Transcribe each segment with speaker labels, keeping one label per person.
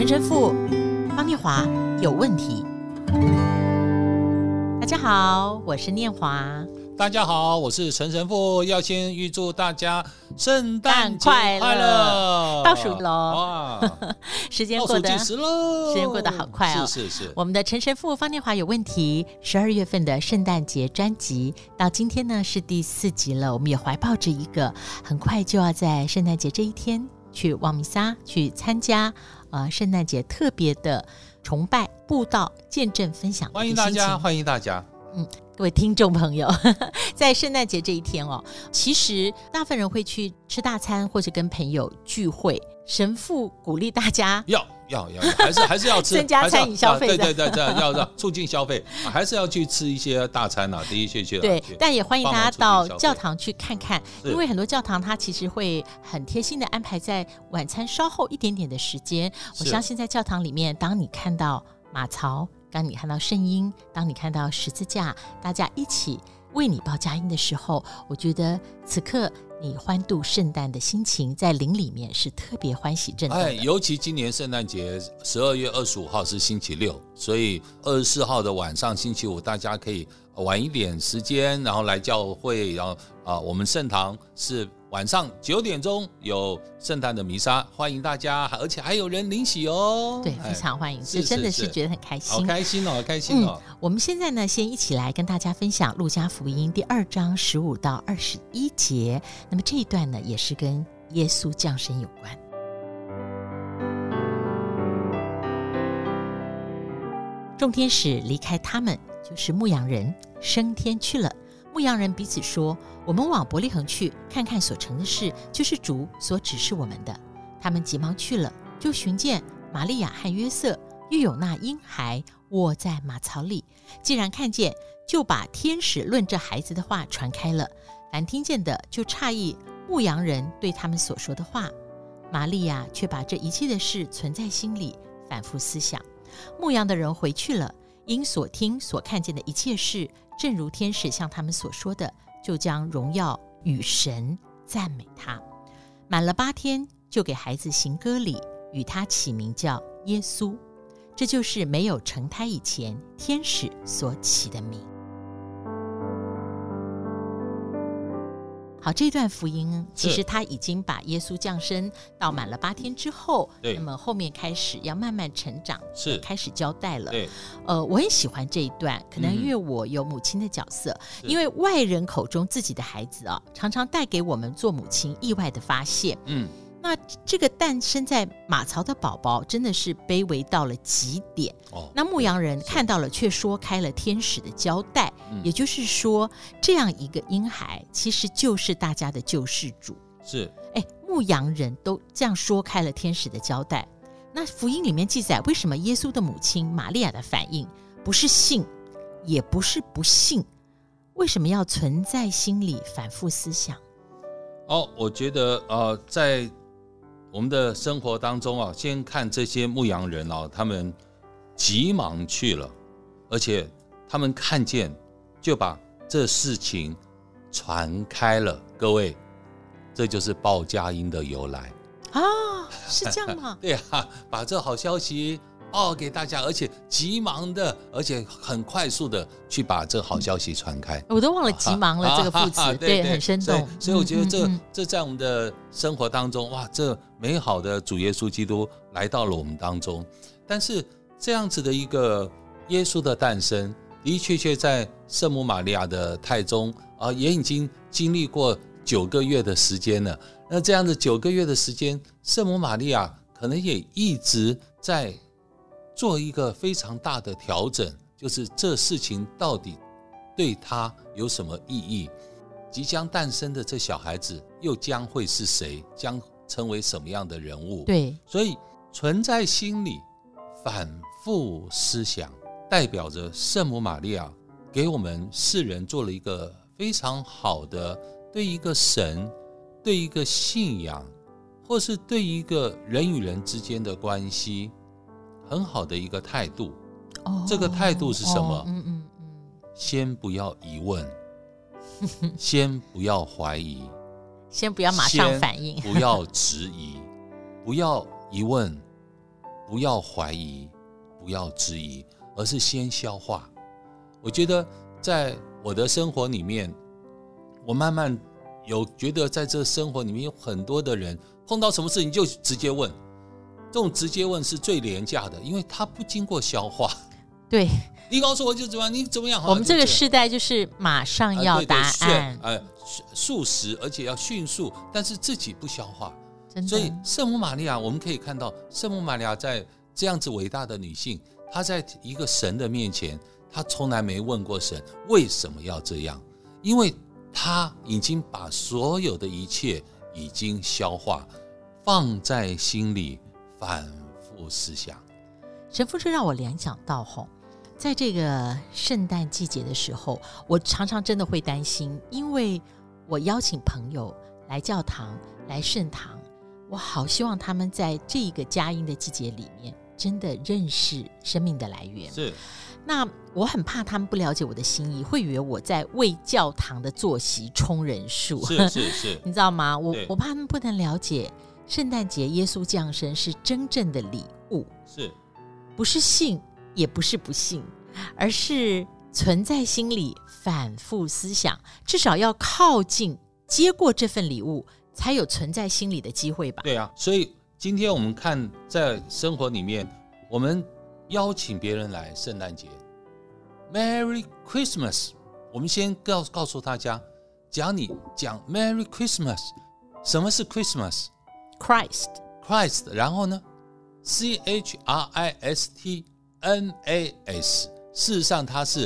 Speaker 1: 陈神父方念华有问题。大家好，我是念华。
Speaker 2: 大家好，我是陈神父，要先预祝大家圣诞节
Speaker 1: 快
Speaker 2: 乐，
Speaker 1: 倒数喽！时间过得
Speaker 2: 倒数计时喽，
Speaker 1: 时间过得好快哦。
Speaker 2: 是。
Speaker 1: 我们的陈神父方念华有问题，12月份的圣诞节专辑到今天呢是第4集了。我们也怀抱着一个很快就要在圣诞节这一天去望弥撒，去参加圣诞节特别的崇拜、布道、见证、分享的
Speaker 2: 欢迎大家，欢迎大家。
Speaker 1: 各位听众朋友，在圣诞节这一天其实大部分人会去吃大餐或者跟朋友聚会。神父鼓励大家
Speaker 2: 要还是要吃
Speaker 1: 增加餐饮消费的，
Speaker 2: 对，要促进消费，还是要去吃一些大餐的确
Speaker 1: 对，但也欢迎大家到教堂去看看，因为很多教堂它其实会很贴心的安排在晚餐稍后一点点的时间。我相信在教堂里面，当你看到马槽，当你看到圣婴，当你看到十字架，大家一起为你报佳音的时候，我觉得此刻你欢度圣诞的心情在灵里面是特别欢喜震动的。
Speaker 2: 尤其今年圣诞节12月25号是星期六，所以24号的晚上星期五大家可以晚一点时间，然后来教会，然后我们圣堂是晚上9点钟有圣诞的弥撒，欢迎大家，而且还有人领洗哦。
Speaker 1: 对，非常欢迎，这真的是觉得很开心，
Speaker 2: 好开心哦。
Speaker 1: 我们现在呢，先一起来跟大家分享路加福音第2章15到21节。那么这一段呢，也是跟耶稣降生有关。众天使离开他们，就是牧羊人，升天去了。牧羊人彼此说：我们往伯利恒去，看看所成的事，就是主所指示我们的。他们急忙去了，就寻见玛利亚和约瑟，又有那婴孩卧在马槽里。既然看见，就把天使论这孩子的话传开了。凡听见的就诧异牧羊人对他们所说的话。玛利亚却把这一切的事存在心里，反复思想。牧羊的人回去了，因所听所看见的一切事，正如天使向他们所说的，就将荣耀与神赞美他。满了8天，就给孩子行割礼，与他起名叫耶稣。这就是没有成胎以前天使所起的名。好，这段福音其实他已经把耶稣降生到满了8天之后，那么后面开始要慢慢成长，是开始交代了。对，我很喜欢这一段，可能因为我有母亲的角色，因为外人口中自己的孩子常常带给我们做母亲意外的发现。那这个诞生在马槽的宝宝真的是卑微到了极点。那牧羊人看到了，却说开了天使的交代，也就是说，这样一个婴孩其实就是大家的救世主。是，牧羊人都这样说开了天使的交代。那福音里面记载，为什么耶稣的母亲玛利亚的反应不是信，也不是不信？为什么要存在心里反复思想？
Speaker 2: 我觉得在我们的生活当中先看这些牧羊人他们急忙去了，而且他们看见就把这事情传开了。各位，这就是报佳音的由来
Speaker 1: 是这样吗？
Speaker 2: 对把这好消息给大家，而且急忙的，而且很快速的去把这好消息传开。
Speaker 1: 我都忘了急忙了这个副词，对，很生动。
Speaker 2: 所以我觉得这在我们的生活当中，这美好的主耶稣基督来到了我们当中。但是这样子的一个耶稣的诞生，的确在圣母玛利亚的胎中也已经经历过9个月的时间了。那这样的9个月的时间，圣母玛利亚可能也一直在做一个非常大的调整，就是这事情到底对他有什么意义，即将诞生的这小孩子又将会是谁，将成为什么样的人物。对，所以存在心里反复思想，代表着圣母玛利亚给我们世人做了一个非常好的对一个神，对一个信仰，或是对一个人与人之间的关系很好的一个态度。这个态度是什么？先不要疑问，先不要怀疑，
Speaker 1: 先不要马上反应，
Speaker 2: 不要质疑，不要疑问， 不要怀疑，不要质疑，而是先消化。我觉得在我的生活里面，我慢慢有觉得在这生活里面有很多的人碰到什么事情就直接问，这种直接问是最廉价的，因为他不经过消化。
Speaker 1: 对，
Speaker 2: 你告诉我就怎么样，你怎么样？
Speaker 1: 我们这个世代就是马上要答案，
Speaker 2: 速食，而且要迅速，但是自己不消化。
Speaker 1: 真的。
Speaker 2: 所以圣母玛利亚，我们可以看到圣母玛利亚在这样子伟大的女性，她在一个神的面前，她从来没问过神为什么要这样，因为她已经把所有的一切已经消化，放在心里反复思想。
Speaker 1: 神父，这让我联想到在这个圣诞季节的时候，我常常真的会担心，因为我邀请朋友来教堂来圣堂，我好希望他们在这个佳音的季节里面真的认识生命的来源。
Speaker 2: 是，
Speaker 1: 那我很怕他们不了解我的心意，会以为我在为教堂的坐席冲人数。
Speaker 2: 是
Speaker 1: 你知道吗？我怕他们不能了解圣诞节耶稣降生是真正的礼物，
Speaker 2: 是
Speaker 1: 不是信也不是不信，而是存在心里反复思想，至少要靠近接过这份礼物，才有存在心里的机会吧。
Speaker 2: 对啊，所以今天我们看在生活里面，我们邀请别人来圣诞节 Merry Christmas， 我们先告诉大家，你讲 Merry Christmas， 什么是 Christmas？ Christ， 然后呢 CHRISTNAS， 事实上它是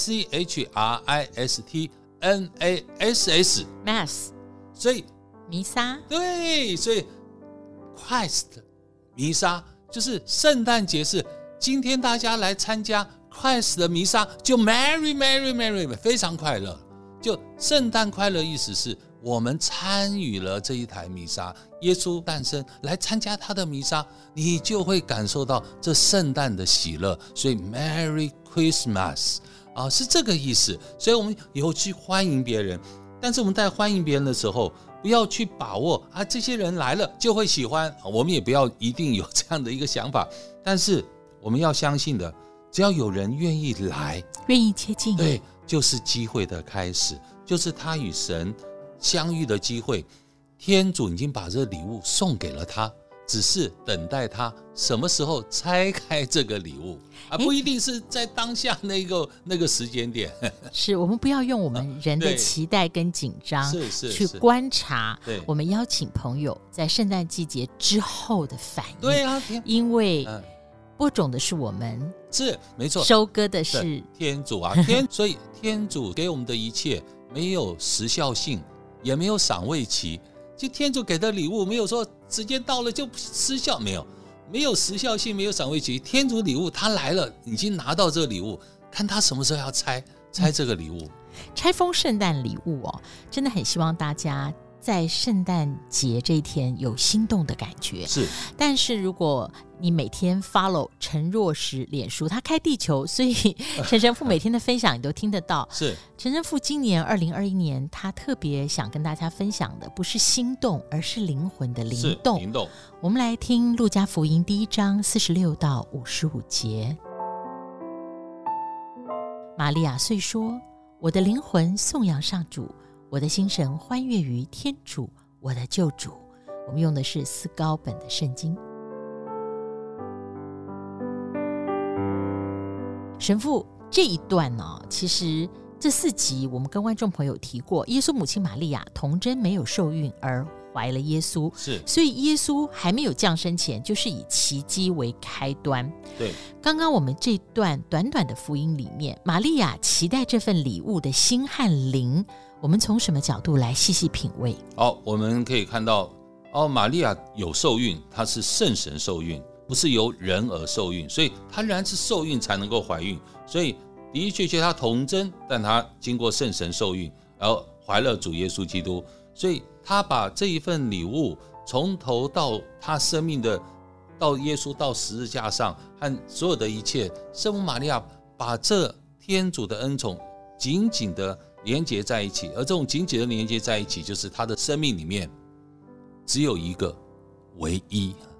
Speaker 2: CHRISTNASS
Speaker 1: Mass，
Speaker 2: 所以
Speaker 1: 弥撒。
Speaker 2: 对，所以 Christ 弥撒就是圣诞节，是今天大家来参加 Christ 的弥撒，就 Merry Merry Merry， 非常快乐。就圣诞快乐意思是我们参与了这一台弥撒，耶稣诞生，来参加他的弥撒，你就会感受到这圣诞的喜乐。所以 Merry Christmas 是这个意思。所以我们有去欢迎别人，但是我们在欢迎别人的时候，不要去把握这些人来了就会喜欢，我们也不要一定有这样的一个想法。但是我们要相信的，只要有人愿意来，
Speaker 1: 愿意接近，
Speaker 2: 对，就是机会的开始，就是他与神相遇的机会。天主已经把这礼物送给了他，只是等待他什么时候拆开这个礼物，不一定是在当下那个时间点。
Speaker 1: 是我们不要用我们人的期待跟紧张去观察我们邀请朋友在圣诞季节之后的反应。
Speaker 2: 对啊，
Speaker 1: 因为播种的是我们，
Speaker 2: 是没错，
Speaker 1: 收割的是
Speaker 2: 天主啊。所以天主给我们的一切没有时效性，也没有赏味期。就天主给的礼物没有说时间到了就失效，没有时效性，没有赏味期。天主礼物他来了，已经拿到这个礼物，看他什么时候要拆这个礼物。
Speaker 1: 拆封圣诞礼物真的很希望大家在圣诞节这一天有心动的感觉。
Speaker 2: 是，
Speaker 1: 但是如果你每天 follow 陈若石脸书，他开地球，所以陈神父每天的分享你都听得到。
Speaker 2: 是，
Speaker 1: 陈神父今年2021年他特别想跟大家分享的不是心动，而是灵魂的灵动。
Speaker 2: 灵动。
Speaker 1: 我们来听路加福音第1章46到55节。玛利亚遂说，我的灵魂颂扬上主，我的心神欢悦于天主我的救主。我们用的是思高本的圣经。神父，这一段其实这4集我们跟观众朋友提过，耶稣母亲玛利亚童贞没有受孕而怀了耶稣，
Speaker 2: 是，
Speaker 1: 所以耶稣还没有降生前就是以奇迹为开端。
Speaker 2: 对，
Speaker 1: 刚刚我们这段短短的福音里面，玛利亚期待这份礼物的心和灵，我们从什么角度来细细品味？
Speaker 2: 我们可以看到玛利亚有受孕，她是圣神受孕，不是由人而受孕，所以她仍然是受孕才能够怀孕。所以的确她童贞，但她经过圣神受孕，然后怀了主耶稣基督。所以她把这一份礼物从头到她生命的，到耶稣到十字架上和所有的一切，圣母玛利亚把这天主的恩宠紧紧的连接在一起，而这种紧紧的连接在一起，就是她的生命里面只有一个唯一，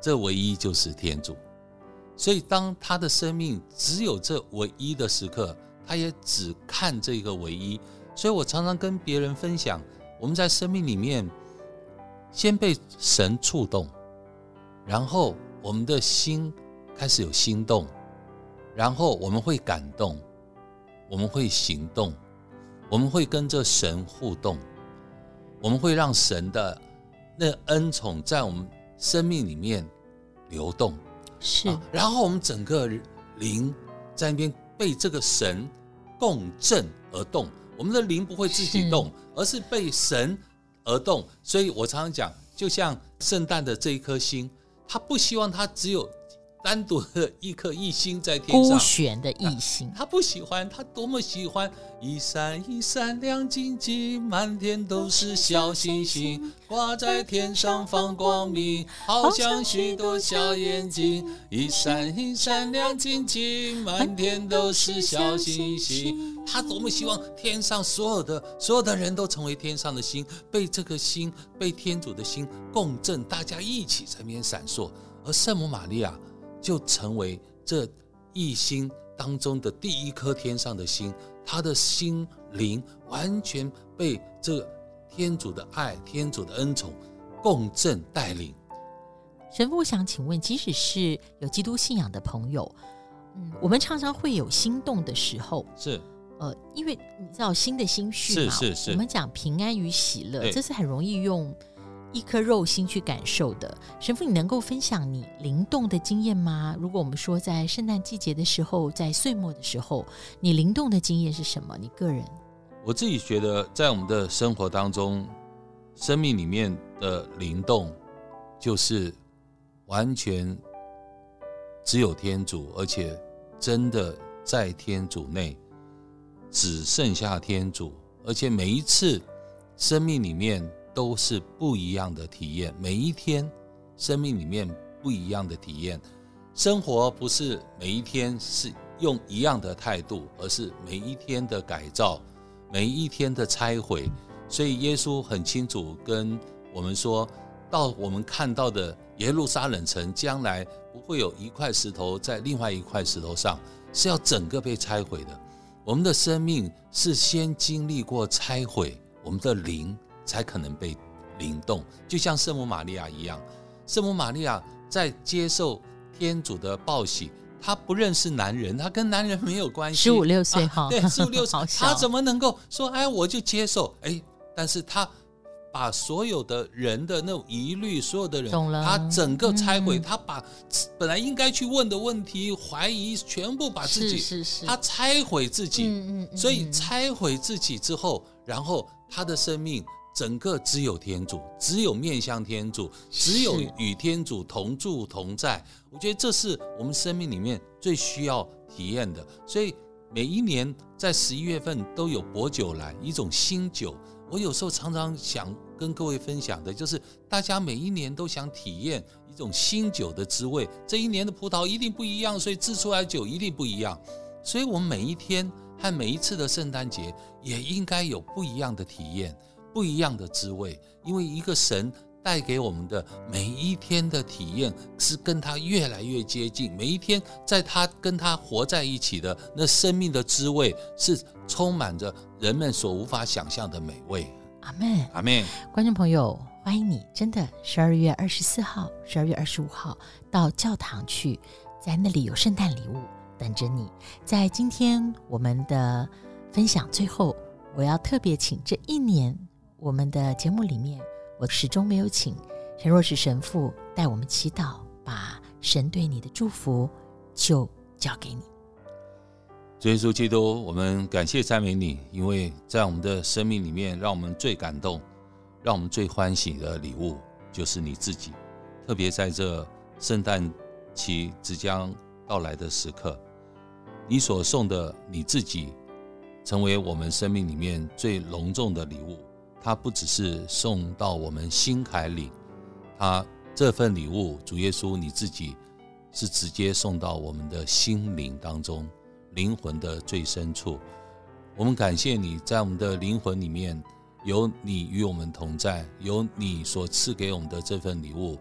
Speaker 2: 这唯一就是天主。所以当他的生命只有这唯一的时刻，他也只看这个唯一。所以我常常跟别人分享，我们在生命里面先被神触动，然后我们的心开始有心动，然后我们会感动，我们会行动，我们会跟着神互动，我们会让神的那恩宠在我们生命里面流动，
Speaker 1: 是，
Speaker 2: 然后我们整个灵在那边被这个神共振而动。我们的灵不会自己动，而是被神而动。所以我常常讲，就像圣诞的这一颗星，他不希望它只有单独的一颗异星在天上，
Speaker 1: 孤悬的异星，
Speaker 2: 他不喜欢，他多么喜欢一闪一闪亮晶晶，满天都是小星星，挂在天上放光明，好像许多小眼睛，一闪一闪亮晶晶，满天都是小星星。他多么希望天上所有的人都成为天上的星，被这个星，被天主的星共振，大家一起在那边闪烁。而圣母玛利亚就成为这一星当中的第一颗天上的星，他的心灵完全被这个天主的爱、天主的恩宠共振带领。
Speaker 1: 神父，我想请问，即使是有基督信仰的朋友，我们常常会有心动的时候，
Speaker 2: 是
Speaker 1: 因为你知道心的心绪嘛，
Speaker 2: 是
Speaker 1: 我们讲平安与喜乐，这是很容易用一颗肉心去感受的。神父，你能够分享你灵动的经验吗？如果我们说在圣诞季节的时候，在岁末的时候，你灵动的经验是什么？你个人？
Speaker 2: 我自己觉得在我们的生活当中，生命里面的灵动就是完全只有天主，而且真的在天主内，只剩下天主，而且每一次生命里面都是不一样的体验，每一天生命里面不一样的体验。生活不是每一天是用一样的态度，而是每一天的改造，每一天的拆毁。所以耶稣很清楚跟我们说，到我们看到的耶路撒冷城将来不会有一块石头在另外一块石头上，是要整个被拆毁的。我们的生命是先经历过拆毁，我们的灵才可能被灵动，就像圣母玛利亚一样。圣母玛利亚在接受天主的报喜，她不认识男人，她跟男人没有关系
Speaker 1: ，15、6岁
Speaker 2: 对，15、6岁她怎么能够说我就接受？但是她把所有的人的那种疑虑，所有的人她整个拆毁，她把本来应该去问的问题、怀疑全部把自己她拆毁自己，所以拆毁自己之后，然后她的生命整个只有天主，只有面向天主，只有与天主同住同在。我觉得这是我们生命里面最需要体验的。所以每一年在11月份都有薄酒来，一种新酒。我有时候常常想跟各位分享的就是，大家每一年都想体验一种新酒的滋味。这一年的葡萄一定不一样，所以制出来的酒一定不一样。所以我们每一天和每一次的圣诞节也应该有不一样的体验，不一样的滋味。因为一个神带给我们的每一天的体验是跟他越来越接近，每一天在他跟他活在一起的那生命的滋味是充满着人们所无法想象的美味。
Speaker 1: 阿们，
Speaker 2: 阿们。
Speaker 1: 观众朋友，欢迎你真的12月24号、12月25号到教堂去，在那里有圣诞礼物等着你。在今天我们的分享最后，我要特别请这一年我们的节目里面，我始终没有请陈若石神父带我们祈祷，把神对你的祝福就交给你。
Speaker 2: 主耶稣基督，我们感谢赞美你，因为在我们的生命里面，让我们最感动，让我们最欢喜的礼物就是你自己。特别在这圣诞期即将到来的时刻，你所送的你自己成为我们生命里面最隆重的礼物。它不只是送到我们心坎里，它这份礼物，主耶稣你自己是直接送到我们的心灵当中，灵魂的最深处。我们感谢你，在我们的灵魂里面有你与我们同在，有你所赐给我们的这份礼物，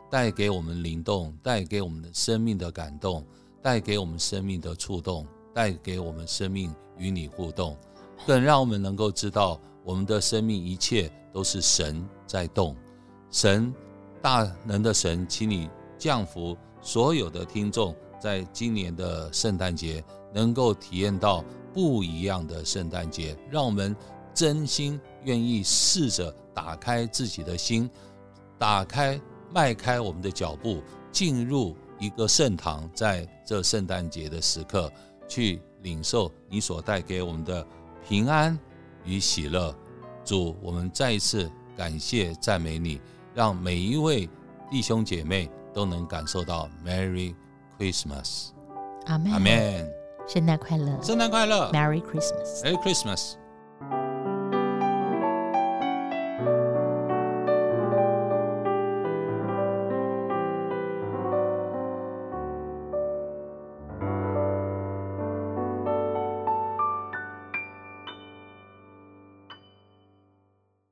Speaker 2: 带给我们灵动，带给我们的生命的感动，带给我们生命的触动，带给我们生命与你互动，更让我们能够知道我们的生命一切都是神在动。神大能的神，请你降福所有的听众，在今年的圣诞节能够体验到不一样的圣诞节，让我们真心愿意试着打开自己的心，迈开我们的脚步，进入一个圣堂，在这圣诞节的时刻去领受你所带给我们的平安与喜乐。主，我们再一次感谢赞美你，让每一位弟兄姐妹都能感受到 Merry Christmas。
Speaker 1: 阿们，
Speaker 2: 阿们，
Speaker 1: 圣诞快乐，
Speaker 2: 圣诞快乐，
Speaker 1: Merry Christmas。
Speaker 2: Merry Christmas。